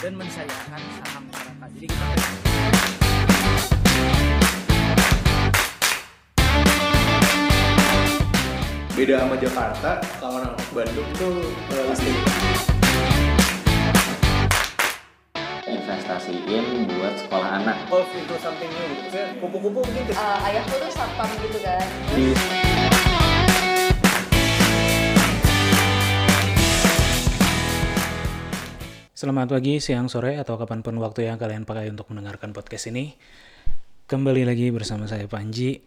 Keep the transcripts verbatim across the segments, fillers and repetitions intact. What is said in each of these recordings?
dan mensayangkan saham masyarakat. Jadi kita beda sama Jakarta, kalau orang Bandung tuh uh, pasti investasiin buat sekolah anak. golf itu something new gitu. Saya kupu-kupu mungkin gitu. Uh, ayahku tuh satpam gitu kan. di Selamat pagi, siang, sore, atau kapanpun waktu yang kalian pakai untuk mendengarkan podcast ini. Kembali lagi bersama saya Panji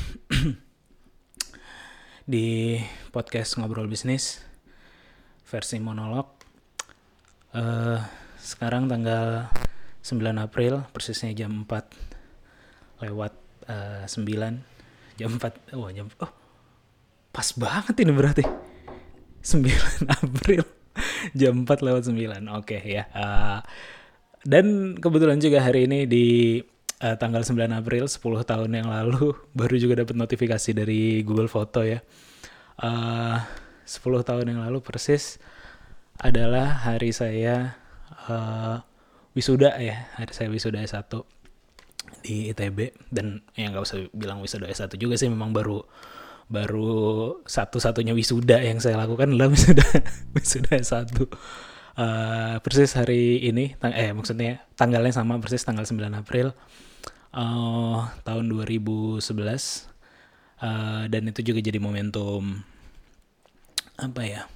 di podcast Ngobrol Bisnis versi monolog. Uh, sekarang tanggal sembilan April, persisnya jam empat lewat uh, sembilan. Jam empat, oh, jam, oh pas banget ini berarti. sembilan April. Jam empat lewat sembilan, oke okay, ya. Uh, dan kebetulan juga hari ini di uh, tanggal sembilan April, sepuluh tahun yang lalu, baru juga dapat notifikasi dari Google Foto ya. Uh, sepuluh tahun yang lalu persis adalah hari saya uh, wisuda ya. Hari saya wisuda S satu di I T B. Dan ya gak usah bilang wisuda S satu juga sih, memang baru baru satu-satunya wisuda yang saya lakukan adalah wisuda wisuda S satu. Uh, persis hari ini tang- eh maksudnya tanggalnya sama, persis tanggal sembilan April uh, tahun dua ribu sebelas. Uh, dan itu juga jadi momentum apa ya,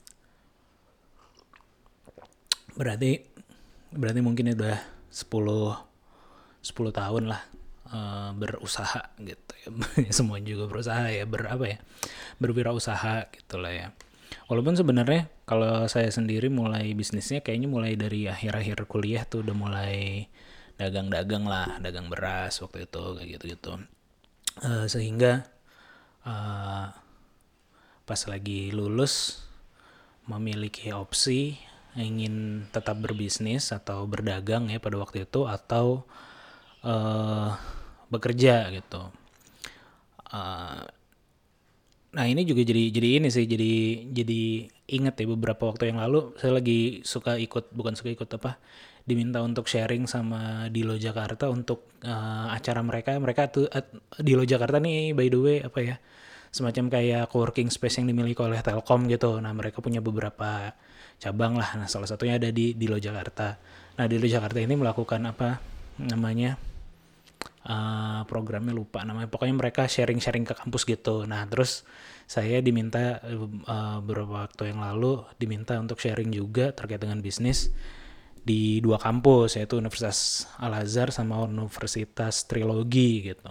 berarti berarti mungkin udah sepuluh tahun lah uh, berusaha gitu ya. Semua juga berusaha ya, ber apa ya berwirausaha gitu lah ya. Walaupun sebenarnya kalau saya sendiri mulai bisnisnya kayaknya mulai dari akhir-akhir kuliah tuh udah mulai dagang-dagang lah, dagang beras waktu itu kayak gitu-gitu. Uh, sehingga uh, pas lagi lulus memiliki opsi ingin tetap berbisnis atau berdagang ya pada waktu itu, atau uh, bekerja gitu. Uh, nah ini juga jadi jadi ini sih jadi jadi ingat ya, beberapa waktu yang lalu saya lagi suka ikut bukan suka ikut apa diminta untuk sharing sama Dilo Jakarta untuk uh, acara mereka mereka tuh uh, Dilo Jakarta nih by the way apa ya, semacam kayak coworking space yang dimiliki oleh Telkom gitu. Nah mereka punya beberapa cabang lah. Nah salah satunya ada di Dilo Jakarta. Nah Dilo Jakarta ini melakukan apa namanya uh, programnya lupa namanya. Pokoknya mereka sharing-sharing ke kampus gitu. Nah terus saya diminta uh, beberapa waktu yang lalu diminta untuk sharing juga terkait dengan bisnis di dua kampus, yaitu Universitas Al-Azhar sama Universitas Trilogi gitu.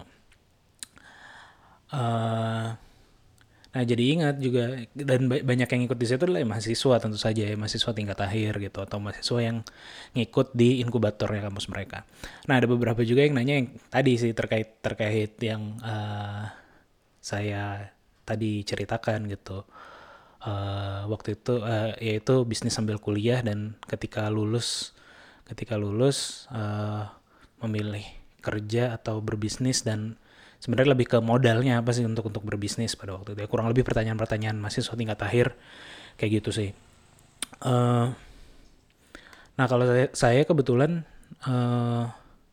Uh, Nah jadi ingat juga, dan banyak yang ikut di situ adalah mahasiswa tentu saja ya, mahasiswa tingkat akhir gitu, atau mahasiswa yang ngikut di inkubatornya kampus mereka. Nah ada beberapa juga yang nanya yang tadi sih terkait terkait yang uh, saya tadi ceritakan gitu. Uh, waktu itu uh, yaitu bisnis sambil kuliah, dan ketika lulus ketika lulus uh, memilih kerja atau berbisnis, dan sebenarnya lebih ke modalnya apa sih untuk untuk berbisnis pada waktu itu ya. Kurang lebih pertanyaan-pertanyaan mahasiswa tingkat akhir kayak gitu sih. Uh, nah kalau saya, saya kebetulan uh,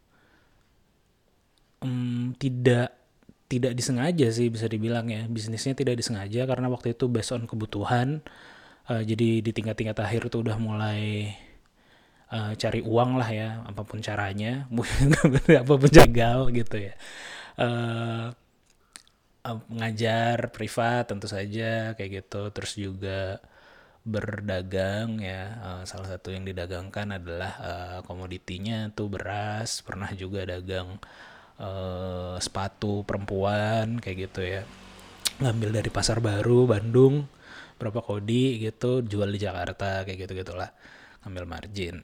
um, tidak tidak disengaja sih bisa dibilang ya, bisnisnya tidak disengaja karena waktu itu based on kebutuhan. Uh, jadi di tingkat-tingkat akhir itu udah mulai uh, cari uang lah ya, apapun caranya, apapun gagal gitu ya. Uh, uh, ngajar privat tentu saja kayak gitu, terus juga berdagang ya. Uh, salah satu yang didagangkan adalah uh, komoditinya tuh beras. Pernah juga dagang uh, sepatu perempuan kayak gitu ya, ngambil dari Pasar Baru Bandung berapa kodi gitu, jual di Jakarta kayak gitu gitulah, ngambil margin.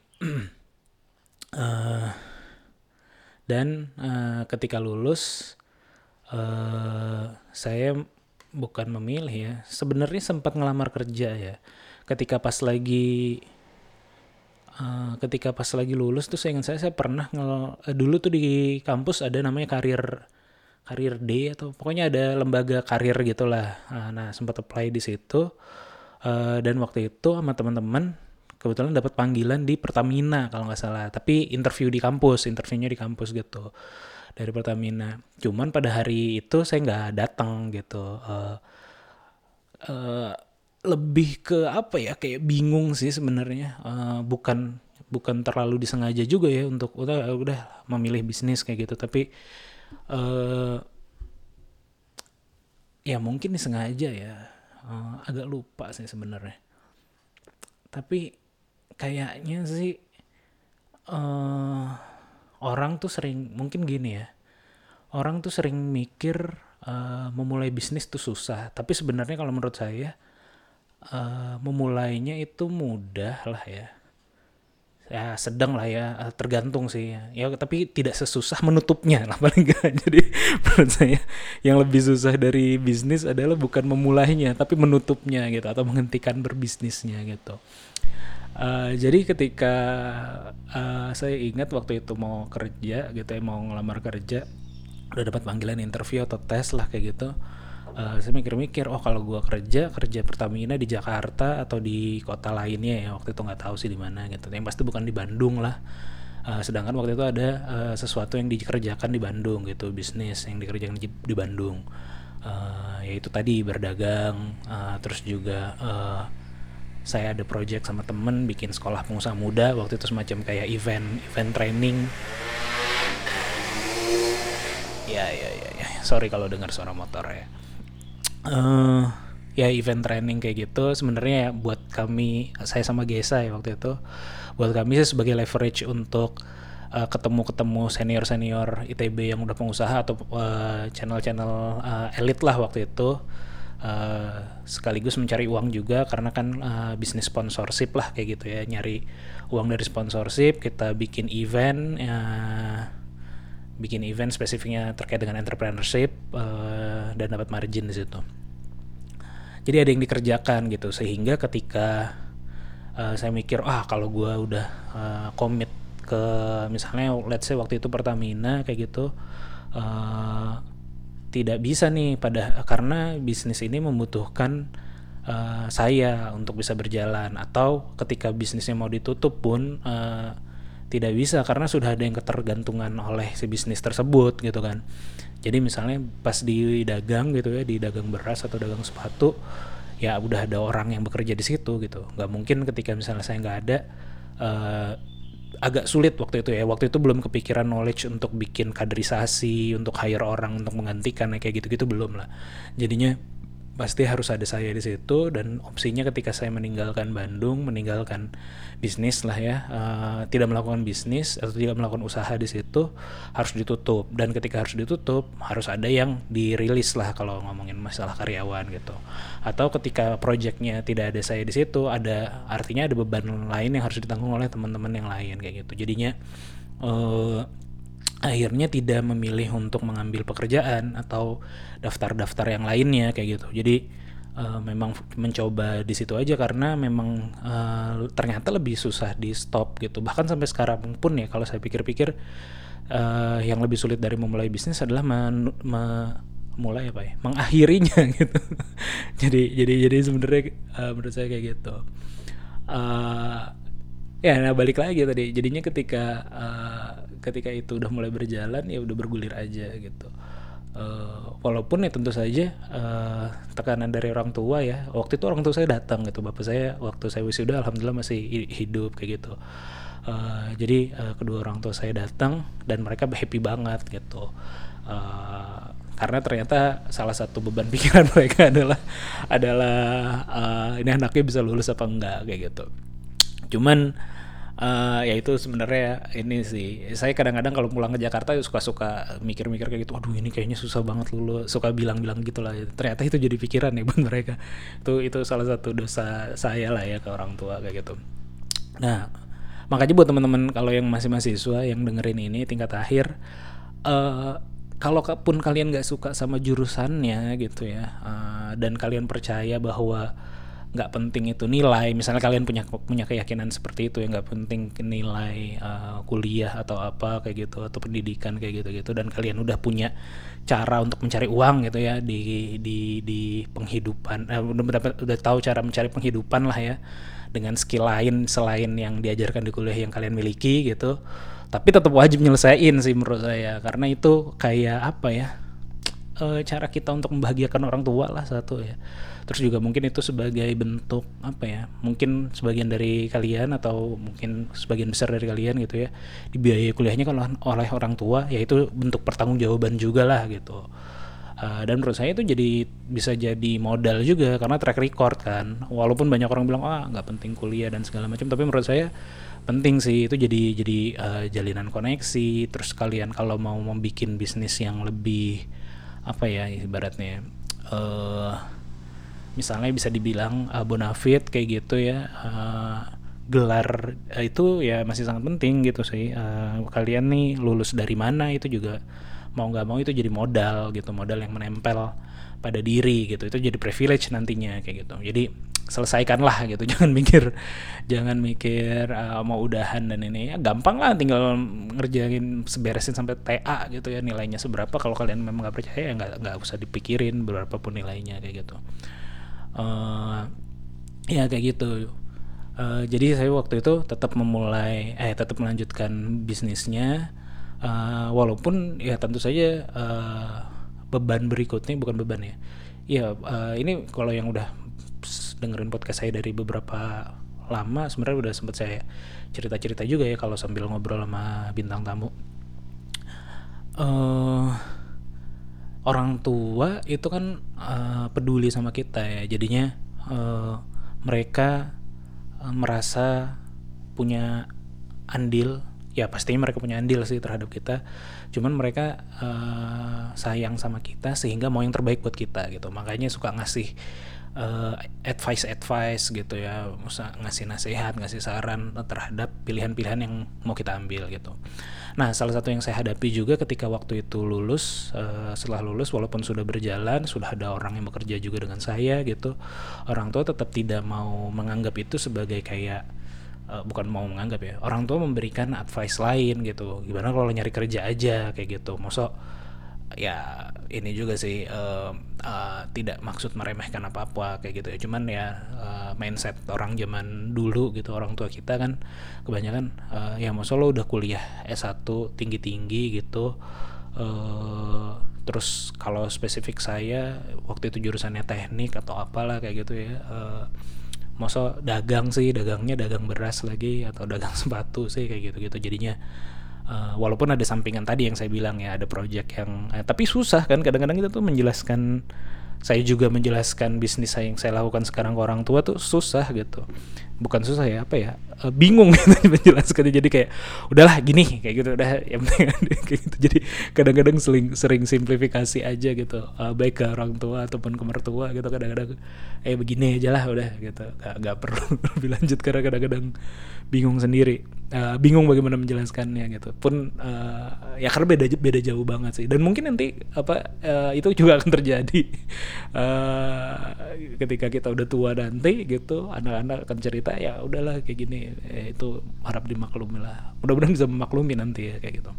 uh, Dan uh, ketika lulus, uh, saya bukan memilih ya. Sebenarnya sempat ngelamar kerja ya. Ketika pas lagi, uh, ketika pas lagi lulus tuh saya ingat saya, saya pernah ngel- uh, dulu tuh di kampus ada namanya karir karir day atau pokoknya ada lembaga karir gitulah. Uh, nah sempat apply di situ. Uh, dan waktu itu sama teman-teman kebetulan dapat panggilan di Pertamina kalau nggak salah, tapi interview di kampus, interviewnya di kampus gitu dari Pertamina. Cuman pada hari itu saya nggak datang gitu. Uh, uh, lebih ke apa ya, kayak bingung sih sebenarnya. Uh, bukan bukan terlalu disengaja juga ya untuk udah udah memilih bisnis kayak gitu, tapi uh, ya mungkin disengaja ya. Uh, agak lupa sih sebenarnya. Tapi kayaknya sih uh, orang tuh sering, mungkin gini ya, orang tuh sering mikir uh, memulai bisnis tuh susah. Tapi sebenarnya kalau menurut saya uh, memulainya itu mudah lah ya. Ya sedang lah ya, tergantung sih ya. Ya tapi tidak sesusah menutupnya lah paling enggak. Jadi menurut saya yang lebih susah dari bisnis adalah bukan memulainya, tapi menutupnya gitu, atau menghentikan berbisnisnya gitu. Uh, jadi ketika uh, saya ingat waktu itu mau kerja gitu ya, mau ngelamar kerja, udah dapat panggilan interview atau tes lah kayak gitu. Uh, saya mikir-mikir, oh kalau gue kerja kerja Pertamina di Jakarta atau di kota lainnya ya, waktu itu nggak tahu sih di mana gitu. Yang pasti bukan di Bandung lah. Uh, sedangkan waktu itu ada uh, sesuatu yang dikerjakan di Bandung gitu, bisnis yang dikerjakan di, di Bandung. Uh, yaitu tadi berdagang, uh, terus juga uh, saya ada project sama temen bikin sekolah pengusaha muda. Waktu itu semacam kayak event event training. Ya ya ya ya. Sorry kalau dengar suara motor ya. Uh, ya event training kayak gitu sebenarnya ya buat kami, saya sama Gesa ya waktu itu, buat kami sih sebagai leverage untuk uh, ketemu-ketemu senior-senior I T B yang udah pengusaha atau uh, channel-channel uh, elit lah waktu itu, uh, sekaligus mencari uang juga karena kan uh, bisnis sponsorship lah kayak gitu ya, nyari uang dari sponsorship. Kita bikin event uh, bikin event spesifiknya terkait dengan entrepreneurship uh, dan dapat margin di situ. Jadi ada yang dikerjakan gitu, sehingga ketika uh, saya mikir, ah kalau gue udah uh, commit ke misalnya let's say waktu itu Pertamina kayak gitu, uh, tidak bisa nih pada karena bisnis ini membutuhkan uh, saya untuk bisa berjalan, atau ketika bisnisnya mau ditutup pun uh, tidak bisa karena sudah ada yang ketergantungan oleh si bisnis tersebut gitu kan. Jadi misalnya pas di dagang gitu ya, di dagang beras atau dagang sepatu, ya udah ada orang yang bekerja di situ gitu. Nggak mungkin ketika misalnya saya nggak ada, uh, agak sulit waktu itu ya. Waktu itu belum kepikiran knowledge untuk bikin kaderisasi, untuk hire orang untuk menggantikan kayak gitu-gitu belum lah. Jadinya pasti harus ada saya di situ, dan opsinya ketika saya meninggalkan Bandung, meninggalkan bisnis lah ya, uh, tidak melakukan bisnis atau tidak melakukan usaha di situ, harus ditutup. Dan ketika harus ditutup, harus ada yang dirilis lah kalau ngomongin masalah karyawan gitu. Atau ketika projectnya tidak ada saya di situ, ada artinya ada beban lain yang harus ditanggung oleh teman-teman yang lain kayak gitu. Jadinya uh, akhirnya tidak memilih untuk mengambil pekerjaan atau daftar-daftar yang lainnya kayak gitu. Jadi uh, memang mencoba di situ aja karena memang uh, ternyata lebih susah di stop gitu. Bahkan sampai sekarang pun ya kalau saya pikir-pikir, uh, yang lebih sulit dari memulai bisnis adalah men- me- mulai apa ya, mengakhirinya gitu. jadi jadi jadi sebenarnya uh, menurut saya kayak gitu. Uh, ya nah balik lagi tadi, jadinya ketika uh, ketika itu udah mulai berjalan ya udah bergulir aja gitu. Uh, walaupun ya tentu saja uh, tekanan dari orang tua ya. Waktu itu orang tua saya datang gitu, bapak saya waktu saya wisuda alhamdulillah masih hidup kayak gitu. Uh, jadi uh, kedua orang tua saya datang dan mereka happy banget gitu. Uh, karena ternyata salah satu beban pikiran mereka adalah adalah uh, ini anaknya bisa lulus apa enggak kayak gitu. Cuman uh, ya itu sebenarnya ini sih, saya kadang-kadang kalau pulang ke Jakarta suka-suka mikir-mikir kayak gitu, aduh ini kayaknya susah banget lulus, suka bilang-bilang gitulah. Ternyata itu jadi pikiran ya buat mereka. Itu itu salah satu dosa saya lah ya ke orang tua kayak gitu. Nah makanya buat teman-teman kalau yang masih mahasiswa yang dengerin ini tingkat akhir, uh, kalau pun kalian nggak suka sama jurusannya gitu ya, uh, dan kalian percaya bahwa nggak penting itu nilai, misalnya kalian punya punya keyakinan seperti itu ya, nggak penting nilai uh, kuliah atau apa kayak gitu atau pendidikan kayak gitu-gitu, dan kalian udah punya cara untuk mencari uang gitu ya di di di penghidupan, eh, udah mendapat udah tahu cara mencari penghidupan lah ya dengan skill lain selain yang diajarkan di kuliah yang kalian miliki gitu, tapi tetap wajib nyelesain sih menurut saya, karena itu kayak apa ya, uh, cara kita untuk membahagiakan orang tua lah satu ya. Terus juga mungkin itu sebagai bentuk apa ya, mungkin sebagian dari kalian atau mungkin sebagian besar dari kalian gitu ya dibiayai kuliahnya kalau oleh orang tua, ya itu bentuk pertanggungjawaban juga lah gitu. Uh, dan menurut saya itu jadi bisa jadi modal juga karena track record kan, walaupun banyak orang bilang ah nggak penting kuliah dan segala macam, tapi menurut saya penting sih, itu jadi jadi uh, jalinan koneksi. Terus kalian kalau mau membuat bisnis yang lebih apa ya ibaratnya uh, misalnya bisa dibilang uh, bonafit kayak gitu ya, uh, gelar uh, itu ya masih sangat penting gitu sih. Uh, kalian nih lulus dari mana itu juga mau nggak mau itu jadi modal gitu, modal yang menempel pada diri gitu, itu jadi privilege nantinya kayak gitu. Jadi selesaikanlah gitu, jangan mikir jangan mikir uh, mau udahan dan ini ya gampang lah, tinggal ngerjain seberesin sampai T A gitu ya, nilainya seberapa, kalau kalian memang nggak percaya ya nggak nggak usah dipikirin berapapun nilainya kayak gitu. Uh, ya kayak gitu. Uh, jadi saya waktu itu tetap memulai, eh tetap melanjutkan bisnisnya, uh, walaupun ya tentu saja uh, beban berikutnya bukan beban ya. Ya uh, ini kalau yang udah dengerin podcast saya dari beberapa lama, sebenarnya udah sempat saya cerita-cerita juga ya kalau sambil ngobrol sama bintang tamu. Uh, orang tua itu kan uh, peduli sama kita ya, jadinya uh, mereka uh, merasa punya andil, ya pastinya mereka punya andil sih terhadap kita, cuman mereka uh, sayang sama kita sehingga mau yang terbaik buat kita gitu, makanya suka ngasih uh, advice-advice gitu ya, usah ngasih nasihat, ngasih saran terhadap pilihan-pilihan yang mau kita ambil gitu. Nah, salah satu yang saya hadapi juga ketika waktu itu lulus, uh, setelah lulus walaupun sudah berjalan, sudah ada orang yang bekerja juga dengan saya gitu, orang tua tetap tidak mau menganggap itu sebagai kayak, uh, bukan mau menganggap ya, orang tua memberikan advice lain gitu, gimana kalau nyari kerja aja kayak gitu. Mosok ya ini juga sih uh, uh, tidak maksud meremehkan apa-apa kayak gitu ya, cuman ya uh, mindset orang zaman dulu gitu, orang tua kita kan kebanyakan uh, ya maksud lo udah kuliah S satu tinggi-tinggi gitu, uh, terus kalau spesifik saya waktu itu jurusannya teknik atau apalah kayak gitu ya, uh, maksud dagang sih, dagangnya dagang beras lagi atau dagang sepatu sih kayak gitu-gitu, jadinya Uh, walaupun ada sampingan tadi yang saya bilang ya, ada project yang eh, tapi susah kan kadang-kadang kita tuh menjelaskan, saya juga menjelaskan bisnis saya yang saya lakukan sekarang ke orang tua tuh susah gitu, bukan susah ya apa ya, uh, bingung gitu menjelaskannya, jadi kayak udahlah gini kayak gitu udah yang penting kayak gitu, jadi kadang-kadang sering sering simplifikasi aja gitu, uh, baik ke orang tua ataupun ke mertua gitu, kadang-kadang eh begini aja lah udah gitu, gak, gak perlu lebih lanjut karena kadang-kadang bingung sendiri, uh, bingung bagaimana menjelaskannya gitu pun, uh, ya karena beda beda jauh banget sih, dan mungkin nanti apa uh, itu juga akan terjadi uh, ketika kita udah tua nanti gitu, anak-anak akan cerita ya udahlah kayak gini, eh, itu harap dimaklumi lah, mudah-mudahan bisa memaklumi nanti ya kayak gitu.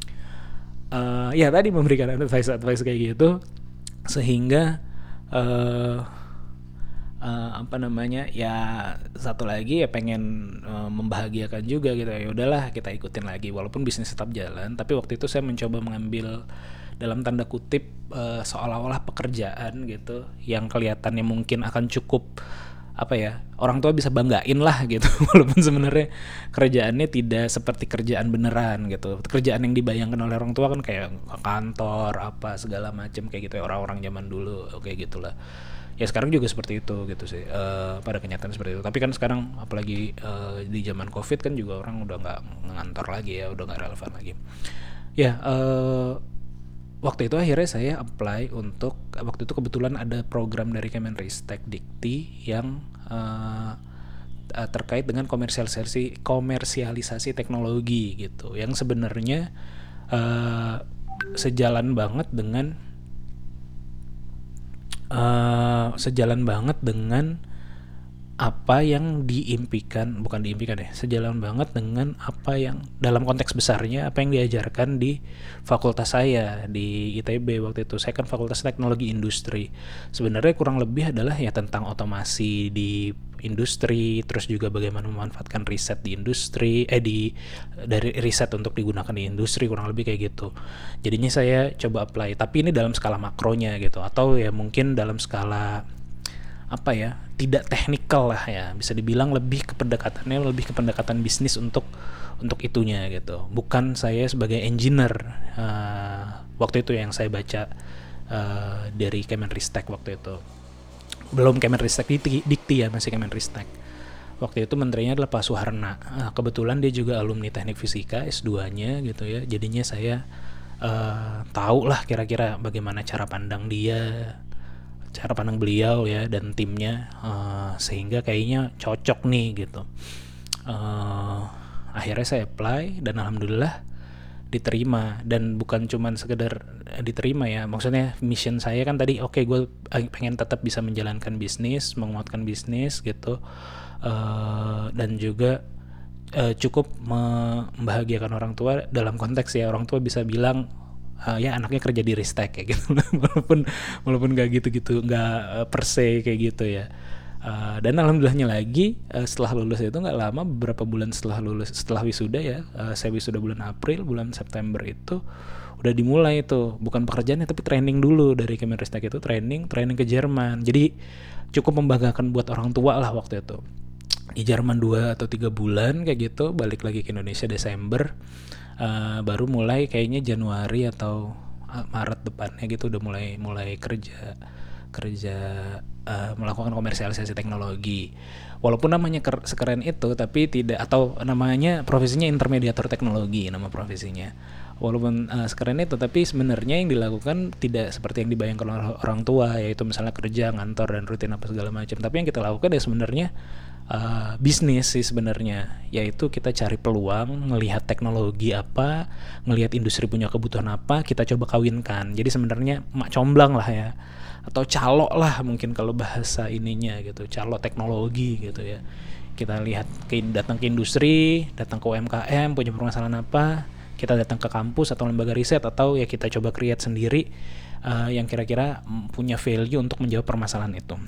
Uh, ya tadi memberikan advice-advice kayak gitu sehingga uh, uh, apa namanya ya satu lagi ya pengen uh, membahagiakan juga gitu, ya udahlah kita ikutin lagi walaupun bisnis tetap jalan, tapi waktu itu saya mencoba mengambil dalam tanda kutip uh, seolah-olah pekerjaan gitu yang kelihatannya mungkin akan cukup apa ya, orang tua bisa banggain lah gitu walaupun sebenarnya kerjaannya tidak seperti kerjaan beneran gitu, kerjaan yang dibayangkan oleh orang tua kan kayak kantor apa segala macam kayak gitu ya, orang-orang zaman dulu kayak gitulah ya, sekarang juga seperti itu gitu sih, uh, pada kenyataan seperti itu, tapi kan sekarang apalagi uh, di zaman covid kan juga orang udah nggak ngantor lagi ya, udah nggak relevan lagi ya. uh, Waktu itu akhirnya saya apply untuk, waktu itu kebetulan ada program dari Kemenristek Dikti yang uh, terkait dengan komersialisasi komersialisasi teknologi gitu, yang sebenarnya uh, sejalan banget dengan uh, sejalan banget dengan apa yang diimpikan, bukan diimpikan ya, sejalan banget dengan apa yang dalam konteks besarnya apa yang diajarkan di fakultas saya di I T B waktu itu. Saya kan fakultas teknologi industri. Sebenarnya kurang lebih adalah ya tentang otomasi di industri, terus juga bagaimana memanfaatkan riset di industri, eh di dari riset untuk digunakan di industri, kurang lebih kayak gitu. Jadinya saya coba apply, tapi ini dalam skala makronya gitu, atau ya mungkin dalam skala apa ya, tidak teknikal lah ya, bisa dibilang lebih ke pendekatannya lebih ke pendekatan bisnis untuk untuk itunya gitu. Bukan saya sebagai engineer uh, waktu itu yang saya baca uh, dari Kemenristek waktu itu. Belum Kemenristek Dikti, Dikti ya, masih Kemenristek. Waktu itu menterinya adalah Pak Suharna. Nah, kebetulan dia juga alumni Teknik Fisika S dua-nya gitu ya. Jadinya saya uh, tahu lah kira-kira bagaimana cara pandang dia, cara pandang beliau ya dan timnya, uh, sehingga kayaknya cocok nih gitu. Uh, akhirnya saya apply dan alhamdulillah diterima, dan bukan cuman sekedar diterima ya, maksudnya mission saya kan tadi oke okay, gue pengen tetap bisa menjalankan bisnis, menguatkan bisnis gitu, uh, dan juga uh, cukup membahagiakan orang tua dalam konteks ya orang tua bisa bilang Uh, ya anaknya kerja di Ristek kayak gitu walaupun walaupun nggak gitu-gitu nggak uh, per se kayak gitu ya, uh, dan alhamdulillahnya lagi uh, setelah lulus itu nggak lama, beberapa bulan setelah lulus setelah wisuda ya, uh, saya wisuda bulan April, bulan September itu udah dimulai itu bukan pekerjaannya tapi training dulu dari Kemenristek itu, training training ke Jerman. Jadi cukup membanggakan buat orang tua lah waktu itu. Di Jerman dua atau tiga bulan kayak gitu, balik lagi ke Indonesia Desember. Uh, baru mulai kayaknya Januari atau uh, Maret depannya gitu udah mulai mulai kerja kerja uh, melakukan komersialisasi teknologi. Walaupun namanya ker- sekeren itu tapi tidak, atau namanya profesinya intermediator teknologi nama profesinya. Walaupun uh, sekeren itu tapi sebenarnya yang dilakukan tidak seperti yang dibayangkan oleh orang tua, yaitu misalnya kerja, ngantor dan rutin apa segala macam. Tapi yang kita lakukan ya sebenarnya Uh, bisnis sih sebenarnya, yaitu kita cari peluang, ngelihat teknologi apa, ngelihat industri punya kebutuhan apa, kita coba kawinkan. Jadi sebenarnya mak comblang lah ya, atau calo lah mungkin kalau bahasa ininya gitu, calo teknologi gitu ya. Kita lihat ke, datang ke industri, datang ke U M K M punya permasalahan apa, kita datang ke kampus atau lembaga riset, atau ya kita coba create sendiri uh, yang kira-kira punya value untuk menjawab permasalahan itu.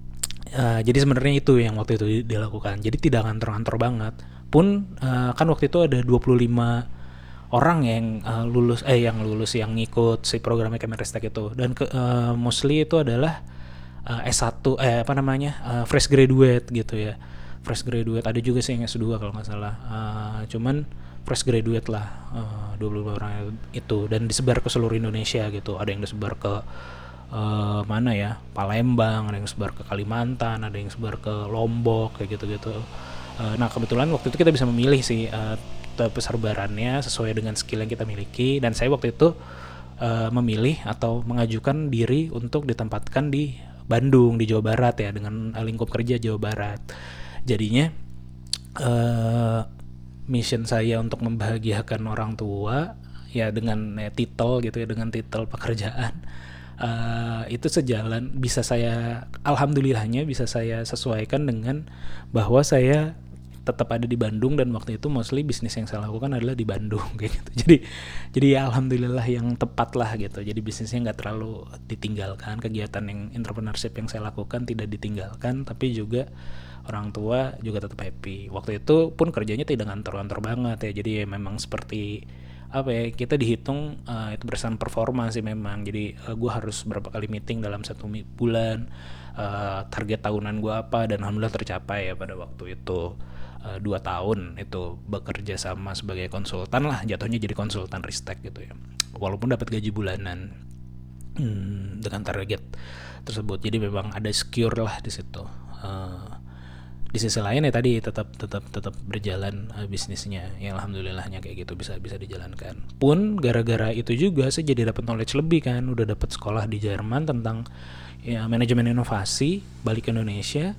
Uh, jadi sebenarnya itu yang waktu itu dilakukan. Jadi tidak ngantor-ngantor banget. Pun uh, kan waktu itu ada dua puluh lima orang yang uh, lulus eh yang lulus yang ngikut si programnya Kemenristek itu, dan ke, uh, mostly itu adalah uh, S satu eh apa namanya uh, fresh graduate gitu ya. Fresh graduate, ada juga sih yang S dua kalau nggak salah. Uh, cuman fresh graduate lah uh, dua puluh lima orang itu, dan disebar ke seluruh Indonesia gitu. Ada yang disebar ke Uh, mana ya, Palembang, ada yang sebar ke Kalimantan, ada yang sebar ke Lombok kayak gitu-gitu. Uh, nah kebetulan waktu itu kita bisa memilih sih uh, peserbarannya sesuai dengan skill yang kita miliki, dan saya waktu itu uh, memilih atau mengajukan diri untuk ditempatkan di Bandung di Jawa Barat ya, dengan lingkup kerja Jawa Barat. Jadinya uh, mission saya untuk membahagiakan orang tua ya dengan ya, titel gitu ya, dengan titel pekerjaan. Uh, itu sejalan, bisa saya alhamdulillahnya bisa saya sesuaikan dengan bahwa saya tetap ada di Bandung, dan waktu itu mostly bisnis yang saya lakukan adalah di Bandung kayak gitu. Jadi jadi ya alhamdulillah yang tepat lah gitu. Jadi bisnisnya nggak terlalu ditinggalkan, kegiatan yang entrepreneurship yang saya lakukan tidak ditinggalkan, tapi juga orang tua juga tetap happy. Waktu itu pun kerjanya tidak ngantor-ngantor banget ya. Jadi ya memang seperti apa ya, kita dihitung uh, itu berdasarkan performa sih memang. Jadi uh, gue harus berapa kali meeting dalam satu bulan, uh, target tahunan gue apa, dan alhamdulillah tercapai ya pada waktu itu. Uh, dua tahun itu bekerja sama sebagai konsultan lah, jatuhnya jadi konsultan Ristek gitu ya, walaupun dapat gaji bulanan hmm, dengan target tersebut. Jadi memang ada secure lah di situ. Uh, Di sisi lain ya tadi tetap tetap tetap berjalan uh, bisnisnya, yang alhamdulillahnya kayak gitu bisa bisa dijalankan. Pun gara-gara itu juga saya jadi dapat knowledge lebih kan, udah dapat sekolah di Jerman tentang ya manajemen inovasi, balik ke Indonesia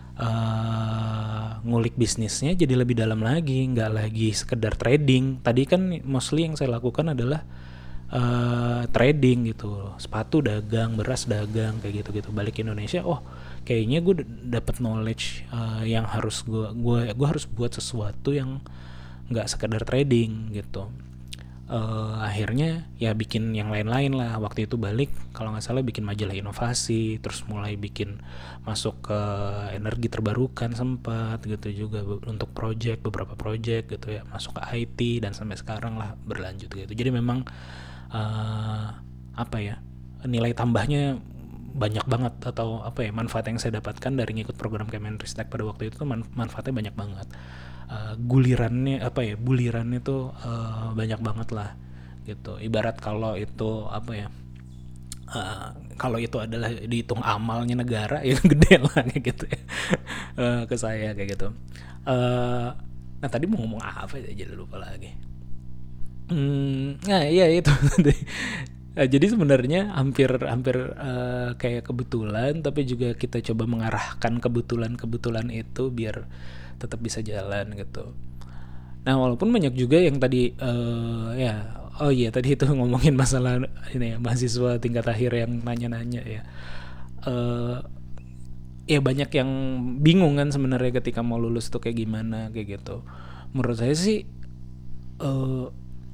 uh, ngulik bisnisnya jadi lebih dalam lagi, nggak lagi sekedar trading. Tadi kan mostly yang saya lakukan adalah uh, trading gitu, sepatu dagang, beras dagang kayak gitu-gitu. Balik ke Indonesia, oh kayaknya gue d- dapat knowledge uh, yang harus gue gue gue harus buat sesuatu yang nggak sekedar trading gitu. Uh, akhirnya ya bikin yang lain-lain lah. Waktu itu balik kalau nggak salah bikin majalah inovasi, terus mulai bikin masuk ke energi terbarukan sempat gitu juga untuk project, beberapa project gitu ya, masuk ke I T dan sampai sekarang lah berlanjut gitu. Jadi memang uh, apa ya, nilai tambahnya banyak banget, atau apa ya, manfaat yang saya dapatkan dari ngikut program Kemenristek pada waktu itu man- manfaatnya banyak banget. Uh, gulirannya apa ya bulirannya tuh uh, banyak banget lah gitu. Ibarat kalau itu apa ya uh, kalau itu adalah dihitung amalnya negara ya gede lah kayak gitu ya. uh, ke saya kayak gitu. Uh, nah tadi mau ngomong apa ya jadi lupa lagi. Hmm, nah iya itu. Nah, jadi sebenarnya hampir hampir uh, kayak kebetulan, tapi juga kita coba mengarahkan kebetulan-kebetulan itu biar tetap bisa jalan gitu. Nah walaupun banyak juga yang tadi uh, ya oh iya tadi itu ngomongin masalah ini ya, mahasiswa tingkat akhir yang nanya-nanya ya. Uh, ya banyak yang bingung kan sebenarnya ketika mau lulus tuh kayak gimana kayak gitu. Menurut saya sih uh,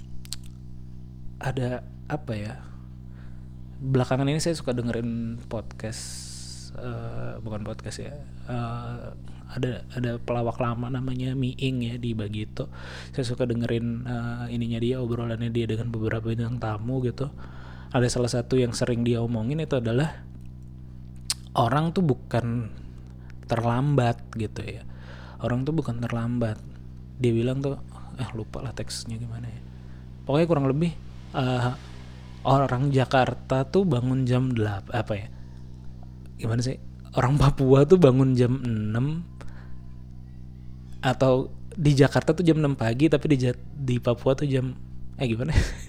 ada apa ya? Belakangan ini saya suka dengerin podcast, uh, bukan podcast ya. Uh, ada ada pelawak lama namanya Miing ya di Bagito. Saya suka dengerin uh, ininya dia, obrolannya dia dengan beberapa bintang tamu gitu. Ada salah satu yang sering dia omongin itu adalah orang tuh bukan terlambat gitu ya. Orang tuh bukan terlambat. Dia bilang tuh, eh lupa lah teksnya gimana ya. Pokoknya kurang lebih uh, orang Jakarta tuh bangun jam delapan apa ya? Gimana sih? Orang Papua tuh bangun jam enam, atau di Jakarta tuh jam enam pagi, tapi di di Papua tuh jam eh gimana?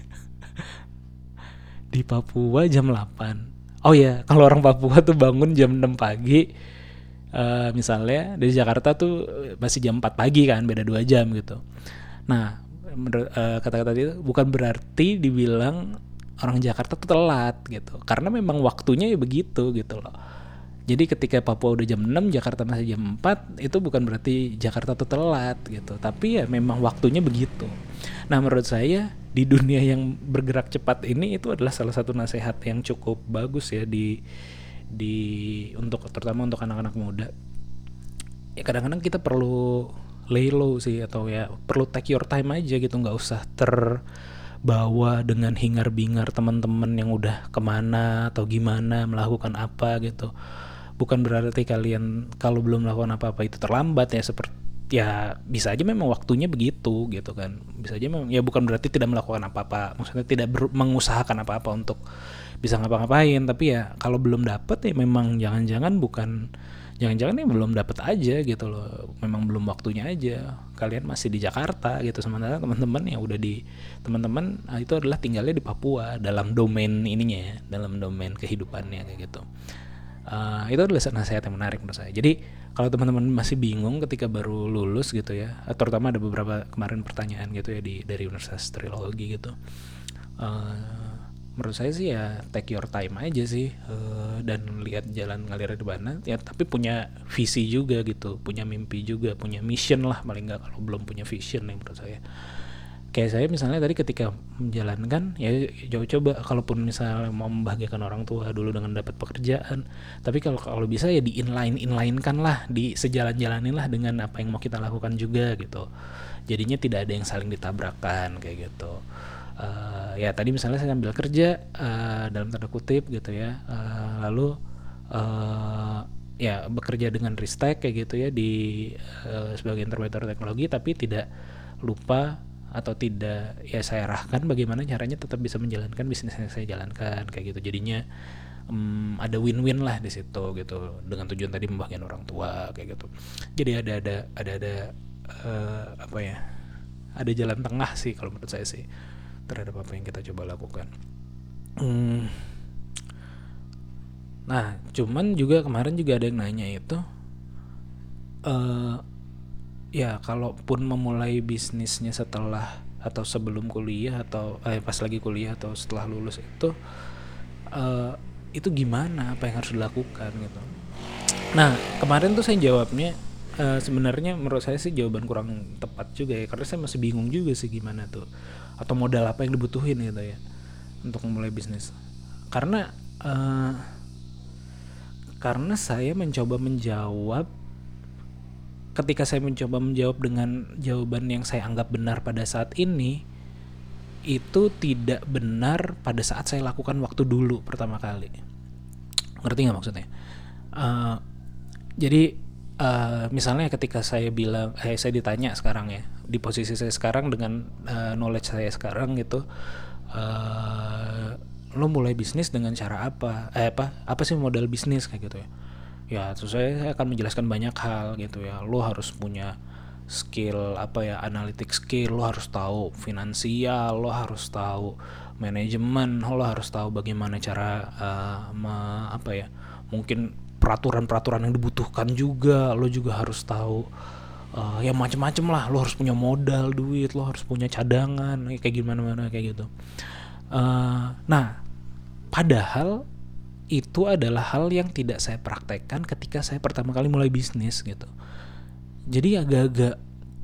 Di Papua jam delapan. Oh ya, kalau orang Papua tuh bangun jam enam pagi, uh, misalnya di Jakarta tuh masih jam empat pagi kan, beda dua jam gitu. Nah, menurut uh, kata-kata itu bukan berarti dibilang orang Jakarta tuh telat gitu, karena memang waktunya ya begitu gitu loh. Jadi ketika Papua udah jam enam, Jakarta masih jam empat, itu bukan berarti Jakarta tuh telat gitu, tapi ya memang waktunya begitu. Nah menurut saya di dunia yang bergerak cepat ini, itu adalah salah satu nasihat yang cukup bagus ya di di untuk terutama untuk anak-anak muda. Ya kadang-kadang kita perlu lay low sih, atau ya perlu take your time aja gitu, nggak usah terbawa dengan hingar-bingar teman-teman yang udah kemana atau gimana melakukan apa gitu. Bukan berarti kalian kalau belum melakukan apa-apa itu terlambat ya, seperti ya bisa aja memang waktunya begitu gitu kan. Bisa aja memang ya bukan berarti tidak melakukan apa-apa, maksudnya tidak ber, mengusahakan apa-apa untuk bisa ngapa-ngapain, tapi ya kalau belum dapet ya memang jangan-jangan bukan jangan-jangan ya belum dapet aja gitu loh, memang belum waktunya aja. Kalian masih di Jakarta gitu, sementara teman-teman yang udah di teman-teman nah, itu adalah tinggalnya di Papua dalam domain ininya ya, dalam domain kehidupannya kayak gitu. Uh, itu adalah nasihat yang menarik menurut saya. Jadi kalau teman-teman masih bingung ketika baru lulus gitu ya, terutama ada beberapa kemarin pertanyaan gitu ya di dari Universitas Trilogi gitu. Uh, menurut saya sih ya take your time aja sih, uh, dan lihat jalan ngalir di mana. Ya tapi punya visi juga gitu, punya mimpi juga, punya mission lah paling nggak, kalau belum punya vision ya menurut saya. Kayak saya misalnya tadi ketika menjalankan ya coba-coba, kalaupun misalnya mau membahagiakan orang tua dulu dengan dapat pekerjaan, tapi kalau kalau bisa ya di inline inlinekan lah, di sejalan-jalanin lah dengan apa yang mau kita lakukan juga gitu. Jadinya tidak ada yang saling ditabrakkan kayak gitu. Uh, ya tadi misalnya saya sambil kerja uh, dalam tanda kutip gitu ya, uh, lalu uh, ya bekerja dengan Ristek kayak gitu ya di uh, sebagai interventor teknologi, tapi tidak lupa atau tidak ya saya arahkan bagaimana caranya tetap bisa menjalankan bisnis yang saya jalankan kayak gitu. Jadinya um, ada win-win lah di situ gitu, dengan tujuan tadi membahagiakan orang tua kayak gitu. Jadi ada ada ada ada uh, apa ya, ada jalan tengah sih kalau menurut saya sih terhadap apa yang kita coba lakukan. Hmm. Nah cuman juga kemarin juga ada yang nanya itu uh, ya kalaupun memulai bisnisnya setelah atau sebelum kuliah atau eh, pas lagi kuliah atau setelah lulus itu uh, itu gimana, apa yang harus dilakukan gitu. Nah kemarin tuh saya jawabnya uh, sebenarnya menurut saya sih jawaban kurang tepat juga ya, karena saya masih bingung juga sih gimana tuh, atau modal apa yang dibutuhin gitu ya untuk memulai bisnis. Karena uh, karena saya mencoba menjawab, ketika saya mencoba menjawab dengan jawaban yang saya anggap benar pada saat ini, itu tidak benar pada saat saya lakukan waktu dulu pertama kali. Ngerti nggak maksudnya? Uh, jadi uh, misalnya ketika saya bilang, eh, saya ditanya sekarang ya, di posisi saya sekarang dengan uh, knowledge saya sekarang gitu, uh, lo mulai bisnis dengan cara apa? Eh apa? Apa sih modal bisnis kayak gitu ya? Ya, terus saya, saya akan menjelaskan banyak hal gitu ya. Lo harus punya skill apa ya, analytic skill, lo harus tahu finansial, lo harus tahu manajemen, lo harus tahu bagaimana cara uh, me, apa ya, mungkin peraturan-peraturan yang dibutuhkan juga, lo juga harus tahu uh, ya macam-macam lah. Lo harus punya modal, duit, lo harus punya cadangan, kayak gimana-mana kayak gitu. Uh, nah, padahal itu adalah hal yang tidak saya praktekkan ketika saya pertama kali mulai bisnis gitu. Jadi agak-agak